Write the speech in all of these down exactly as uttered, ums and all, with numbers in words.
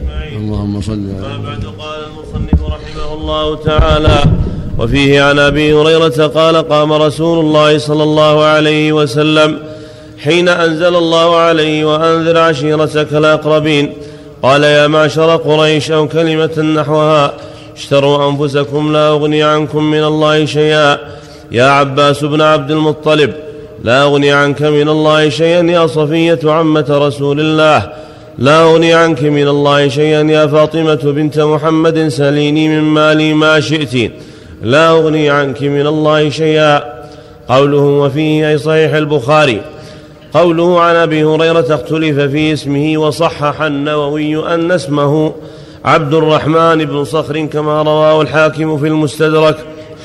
أجمعين. اللهم صل على. بعد قال المصنف رحمه الله تعالى: وفيه عن أبي هريرة قال: قام رسول الله صلى الله عليه وسلم حين أنزل الله عليه: وأنذر عشيرتك الأقربين. قال: يا معشر قريش، أو كلمة نحوها: اشتروا أنفسكم لا أغني عنكم من الله شيئا. يا عباس بن عبد المطلب، لا أغني عنك من الله شيئا. يا صفية عمة رسول الله، لا أغني عنك من الله شيئا. يا فاطمة بنت محمد، سليني من مالي ما شئت، لا أغني عنك من الله شيئا. قوله وفيه أي صحيح البخاري. قوله عن أبي هريرة اختلف في اسمه، وصحح النووي أن اسمه عبد الرحمن بن صخر كما رواه الحاكم في المستدرك.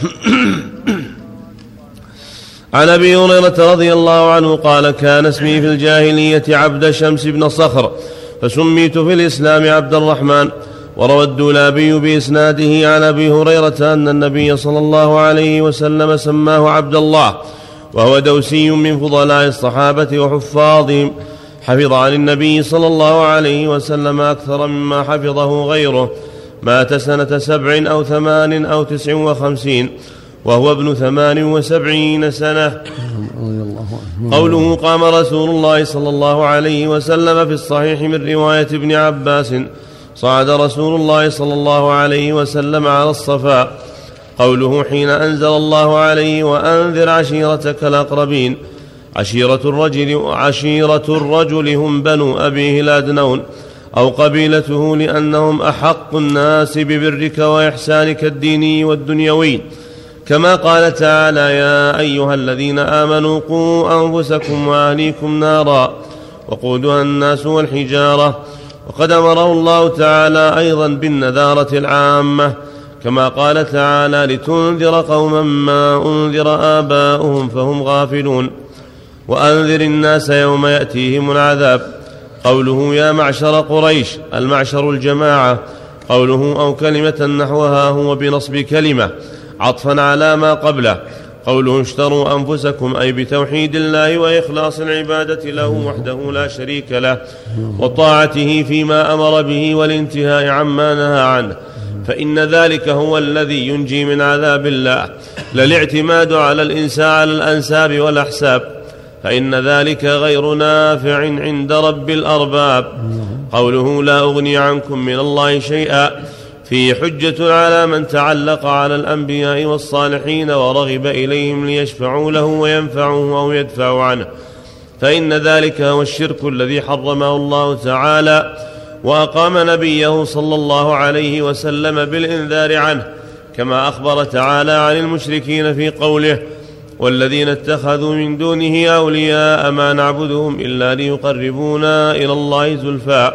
عن أبي هريرة رضي الله عنه قال: كان اسمي في الجاهلية عبد شمس بن صخر، فسميت في الإسلام عبد الرحمن. وروى الدولابي بإسناده عن أبي هريرة أن النبي صلى الله عليه وسلم سماه عبد الله، وهو دوسي من فضلاء الصحابة وحفاظهم، حفظ عن النبي صلى الله عليه وسلم أكثر مما حفظه غيره. مات سنة سبع أو ثمان أو تسع وخمسين، وهو ابن ثمان وسبعين سنة. قوله قام رسول الله صلى الله عليه وسلم في الصحيح من رواية ابن عباس: صعد رسول الله صلى الله عليه وسلم على الصفا. قوله حين أنزل الله عليه: وأنذر عشيرتك الأقربين. عشيرة الرجل, عشيرة الرجل هم بنو أبيه الأدنون أو قبيلته، لأنهم أحق الناس ببرك وإحسانك الديني والدنيوي، كما قال تعالى: يا أيها الذين آمنوا قوا أنفسكم وأهليكم نارا وقودها الناس والحجارة. وقد أمره الله تعالى أيضا بالنذارة العامة، كما قال تعالى: لتنذر قوما ما أنذر آباؤهم فهم غافلون. وأنذر الناس يوم يأتيهم العذاب. قوله يا معشر قريش، المعشر الجماعة. قوله أو كلمة نحوها هو بنصب كلمة عطفا على ما قبله. قوله اشتروا أنفسكم أي بتوحيد الله وإخلاص العبادة له وحده لا شريك له، وطاعته فيما أمر به والانتهاء عما نهى عنه، فإن ذلك هو الذي ينجي من عذاب الله، لا الاعتماد على الإنسان على الأنساب والأحساب، فإن ذلك غير نافع عند رب الأرباب. قوله لا أغني عنكم من الله شيئا فيه حجة على من تعلق على الأنبياء والصالحين ورغب إليهم ليشفعوا له وينفعوه أو يدفعوا عنه، فإن ذلك هو الشرك الذي حرمه الله تعالى، وأقام نبيه صلى الله عليه وسلم بالإنذار عنه، كما أخبر تعالى عن المشركين في قوله والذين اتخذوا من دونه أولياء ما نعبدهم إلا ليقربونا إلى الله زلفى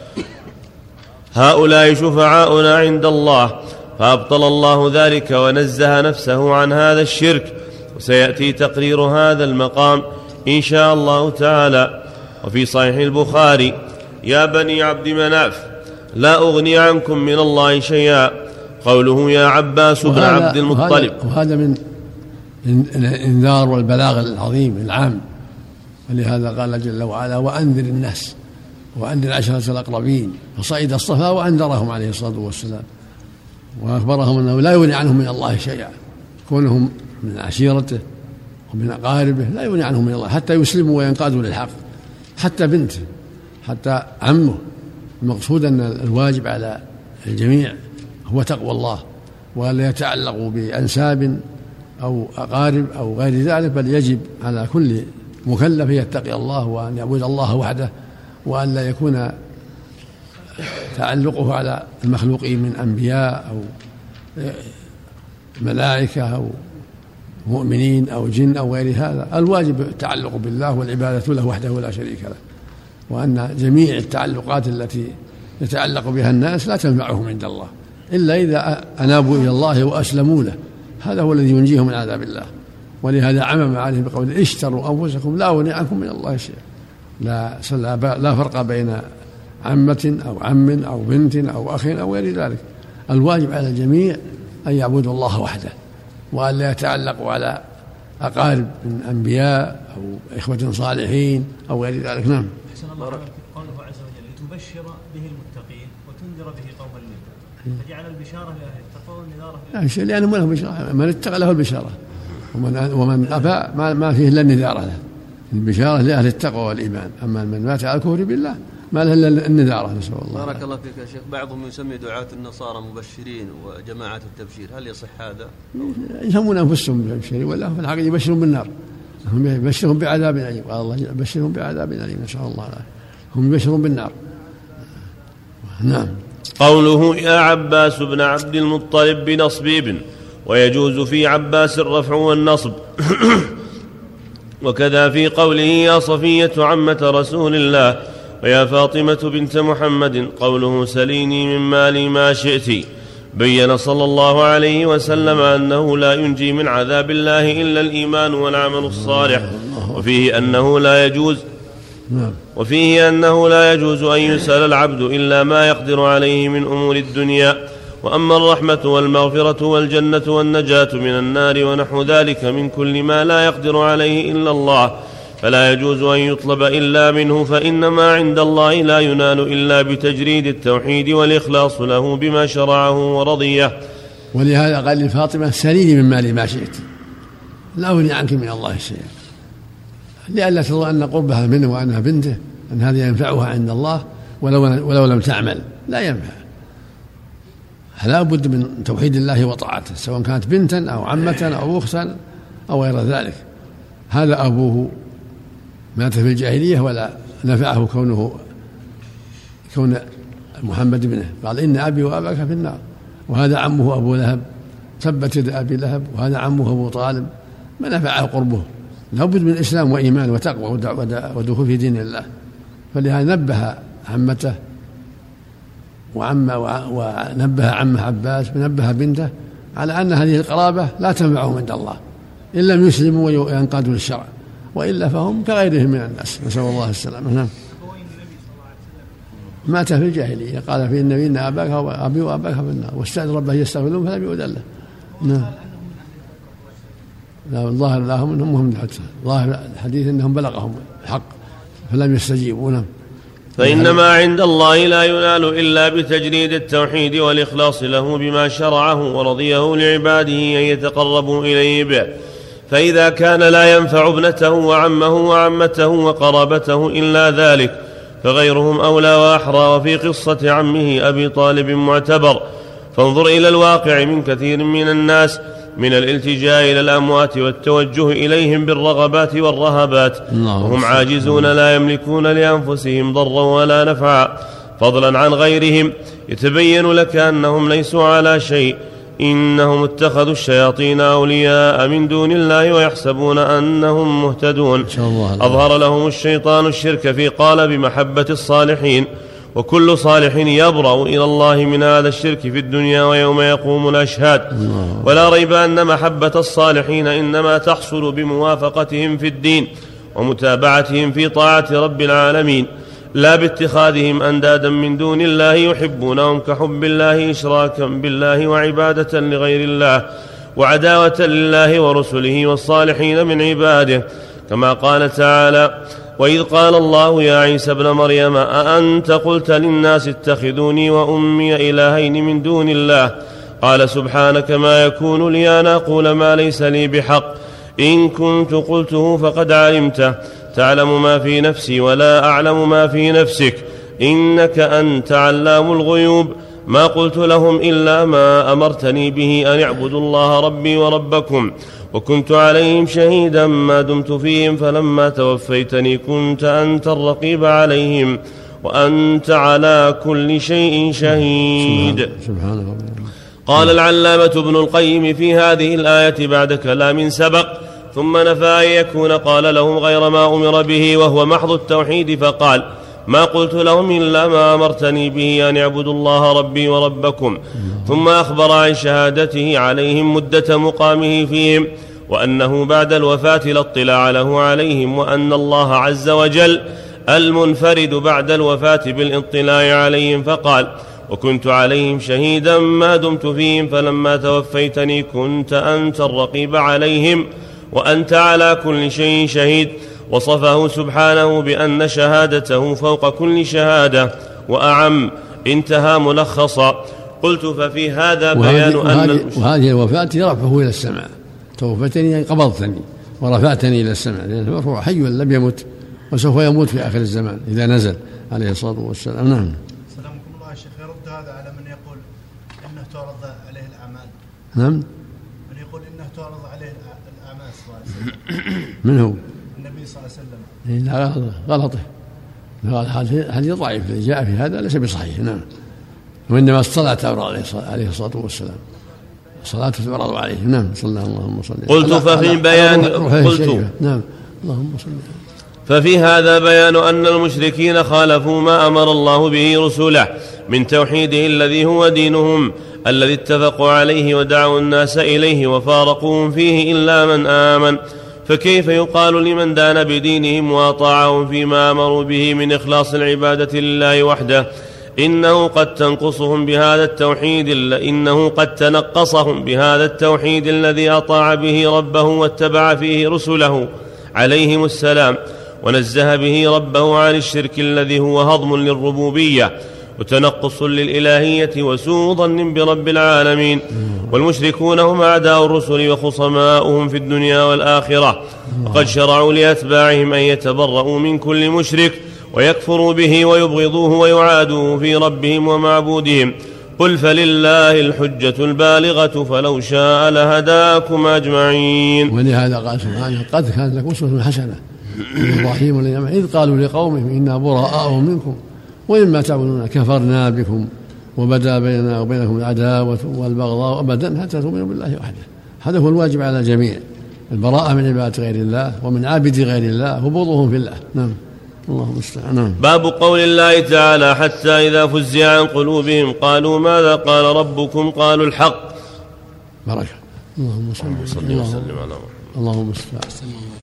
هؤلاء شفعاؤنا عند الله، فأبطل الله ذلك ونزه نفسه عن هذا الشرك، وسيأتي تقرير هذا المقام إن شاء الله تعالى. وفي صحيح البخاري يا بني عبد مناف لا أغني عنكم من الله شيئا. قوله يا عباس بن عبد المطلب، وهذا من الإنذار والبلاغ العظيم العام، ولهذا قال جل وعلا وأنذر الناس وأنذر عشرة الأقربين، فصعد الصفا وأنذرهم عليه الصلاة والسلام وأخبرهم أنه لا يغني عنهم من الله شيئا، كونهم من عشيرته ومن أقاربه لا يغني عنهم من الله حتى يسلموا وينقادوا للحق، حتى بنته حتى عمه. المقصود أن الواجب على الجميع هو تقوى الله، ولا يتعلقوا بأنساب أو أقارب أو غير ذلك، بل يجب على كل مكلف يتقي الله وأن يعبد الله وحده، وأن لا يكون تعلقه على المخلوقين من أنبياء أو ملائكة أو مؤمنين أو جن أو غير هذا. الواجب التعلق بالله والعبادة له وحده لا شريك له، وأن جميع التعلقات التي يتعلق بها الناس لا تنفعهم عند الله إلا إذا أنابوا إلى الله وأسلموا له، هذا هو الذي ينجيهم من عذاب الله. ولهذا عمم عليهم بقول اشتروا أنفسكم لا أغني عنكم من الله شيئا. لا, لا فرق بين عمة أو عم أو بنت أو أخ أو غير ذلك. الواجب على الجميع أن يعبدوا الله وحده، وأن لا يتعلقوا على أقارب من أنبياء أو إخوة صالحين أو غير ذلك. نعم. أحسن الله عليك. قوله عز وجل لتبشر به المتقين وتنذر به قوما لدا، فجعل البشارة لأهل التقوى والنذارة لأهل، لأنه ما له بشارة، من اتقى له البشارة، ومن ومن أبى ما فيه إلا النذارة له. البشارة لأهل التقوى والإيمان، أما من مات على الكفر بالله ما له إلا النذارة. نسأل الله. بارك الله فيك يا شيخ. بعضهم يسمي دعاة النصارى مبشرين وجماعة التبشير، هل يصح هذا؟ يسمون أنفسهم مبشرين ولا في الحقيقة يبشرون بالنار، هم يبشرون بعذاب أليم، قال الله يبشرون بعذاب أليم نسأل الله العافية، هم يبشرون بالنار. نعم. قوله يا عباس بن عبد المطلب بنصب ابن، ويجوز في عباس الرفع والنصب وكذا في قوله يا صفية عمة رسول الله ويا فاطمة بنت محمد قوله سليني من مالي ما شئت. بين صلى الله عليه وسلم أنه لا ينجي من عذاب الله إلا الإيمان والعمل الصالح، وفيه أنه لا يجوز وفيه أنه لا يجوز أن يسأل العبد إلا ما يقدر عليه من أمور الدنيا. وأما الرحمة والمغفرة والجنة والنجاة من النار ونحو ذلك من كل ما لا يقدر عليه إلا الله فلا يجوز أن يطلب إلا منه، فإنما عند الله لا ينال إلا بتجريد التوحيد والإخلاص له بما شرعه ورضيه. ولهذا قال لفاطمة سليني من مالي ما شئت، لا أغني عنك من الله شيئا، لئلا تظن أن قربها منه وأنها بنته أن هذا ينفعها عند الله ولو, ولو لم تعمل، لا ينفع. لا بد من توحيد الله وطاعته، سواء كانت بنتا أو عمة أو أختا أو غير ذلك. هذا أبوه مات في الجاهلية ولا نفعه كونه كون محمد بنه، قال إن أبي وأباك في النار. وهذا عمه أبو لهب ثبت يد أبي لهب، وهذا عمه أبو طالب ما نفعه قربه. لا بد من إسلام وإيمان وتقوى ودخول في دين الله. فلهذا نبه عمته وعم ونبه عمه عباس ونبه بنته على أن هذه القرابة لا تنفعهم عند الله إن لم يسلموا وينقادوا للشرع، وإلا فهم كغيرهم من الناس، نسأل الله السلامة. نعم. مات في الجاهلية، قال في النبي إن أباك وأبي وأباك في النار، واستأذن ربه يستغفرون فلم يؤذن له. نعم. لا الظاهر لهم أنهم هم حتى ظاهر الحديث أنهم بلغهم الحق فلم يستجيبوا. نعم. فإنما عند الله لا ينال إلا بتجريد التوحيد والإخلاص له بما شرعه ورضيه لعباده أن يتقربوا إليه به. فإذا كان لا ينفع ابنته وعمه وعمته وقرابته إلا ذلك فغيرهم أولى وأحرى. وفي قصة عمه أبي طالب معتبر، فانظر إلى الواقع من كثير من الناس من الالتجاء إلى الأموات والتوجه إليهم بالرغبات والرهبات، وهم عاجزون لا يملكون لأنفسهم ضرا ولا نفعا فضلا عن غيرهم. يتبين لك أنهم ليسوا على شيء، إنهم اتخذوا الشياطين أولياء من دون الله ويحسبون أنهم مهتدون. أظهر لهم الشيطان الشرك في قالب محبة الصالحين، وكل صالح يبرأ إلى الله من هذا الشرك في الدنيا ويوم يقوم الأشهاد. ولا ريب أن محبة الصالحين إنما تحصل بموافقتهم في الدين ومتابعتهم في طاعة رب العالمين، لا باتخاذهم أندادا من دون الله يحبونهم كحب الله إشراكا بالله وعبادة لغير الله وعداوة لله ورسله والصالحين من عباده، كما قال تعالى وإذ قال الله يا عيسى ابن مريم أأنت قلت للناس اتخذوني وأمي إلهين من دون الله قال سبحانك ما يكون لي أن أقول ما ليس لي بحق إن كنت قلته فقد علمته تعلم ما في نفسي ولا أعلم ما في نفسك إنك أنت علام الغيوب ما قلت لهم إلا ما أمرتني به أن اعبدوا الله ربي وربكم وكنت عليهم شهيدا ما دمت فيهم فلما توفيتني كنت أنت الرقيب عليهم وأنت على كل شيء شهيد. سبحان الله. قال العلامة ابن القيم في هذه الآية بعد كلام سبق ثم نفى أن يكون قال لهم غير ما أمر به وهو محض التوحيد، فقال ما قلت لهم إلا ما أمرتني به أن اعبدوا الله ربي وربكم، ثم أخبر عن شهادته عليهم مدة مقامه فيهم وأنه بعد الوفاة لا اطلاع له عليهم، وأن الله عز وجل المنفرد بعد الوفاة بالاطلاع عليهم، فقال وكنت عليهم شهيدا ما دمت فيهم فلما توفيتني كنت أنت الرقيب عليهم وأنت على كل شيء شهيد. وصفه سبحانه بأن شهادته فوق كل شهادة وأعم. انتهى ملخصا. قلت ففي هذا بيان أن وهذه الوفاة رفعه إلى السماء، توفتني قبضتني ورفعتني إلى السماء، لأنه هو حي لم يمت وسوف يموت في آخر الزمان إذا نزل عليه الصلاة والسلام. نعم. سلامكم الله يا شيخ. يرد هذا على من يقول إنه تعرض عليه الأعمال. نعم. من يقول إنه تعرض عليه الأعمال صلى الله عليه وسلم. من هو؟ النبي صلى الله عليه وسلم. لا غلطه. هذه ضعيف جاء في هذا ليس بصحيح. نعم. وإنما الصلاة تعرض عليه الصلاة والسلام، الصلاة تعرض عليه. نعم. صلى الله اللهم صل. قلت ففي البيان قلت نعم اللهم صل. ففي هذا بيان أن المشركين خالفوا ما أمر الله به رسوله من توحيده الذي هو دينهم الذي اتفقوا عليه ودعوا الناس إليه وفارقوهم فيه إلا من آمن. فكيف يقال لمن دان بدينهم وأطاعهم فيما أمروا به من إخلاص العبادة لله وحده إنه قد تنقصهم بهذا التوحيد إنه قد تنقصهم بهذا التوحيد الذي أطاع به ربه واتبع فيه رسله عليهم السلام، ونزه به ربه عن الشرك الذي هو هضم للربوبية وتنقص للإلهية وسوء ظن برب العالمين. والمشركون هم أعداء الرسل وخصماؤهم في الدنيا والآخرة، وقد شرعوا لأتباعهم أن يتبرؤوا من كل مشرك ويكفروا به ويبغضوه ويعادوه في ربهم ومعبودهم. قل فلله الحجة البالغة فلو شاء لهداكم أجمعين. ولهذا قال سبحانه قد كانت لكم أسوة حسنة إبراهيم والذين إذ قالوا لقومهم إنا براء منكم وإما تعبدون كفرنا بكم وبدا بيننا وبينكم العداوة والبغضاء أبدا حتى تؤمنوا بالله وحده. هذا هو الواجب على الجميع، البراءة من عبادة غير الله ومن عابد غير الله وبغضهم في الله. نعم. اللهم استعان. باب قول الله تعالى حتى إذا فزع عن قلوبهم قالوا ماذا قال ربكم قالوا الحق. بركة. اللهم صل وسلم على محمد. اللهم استعان.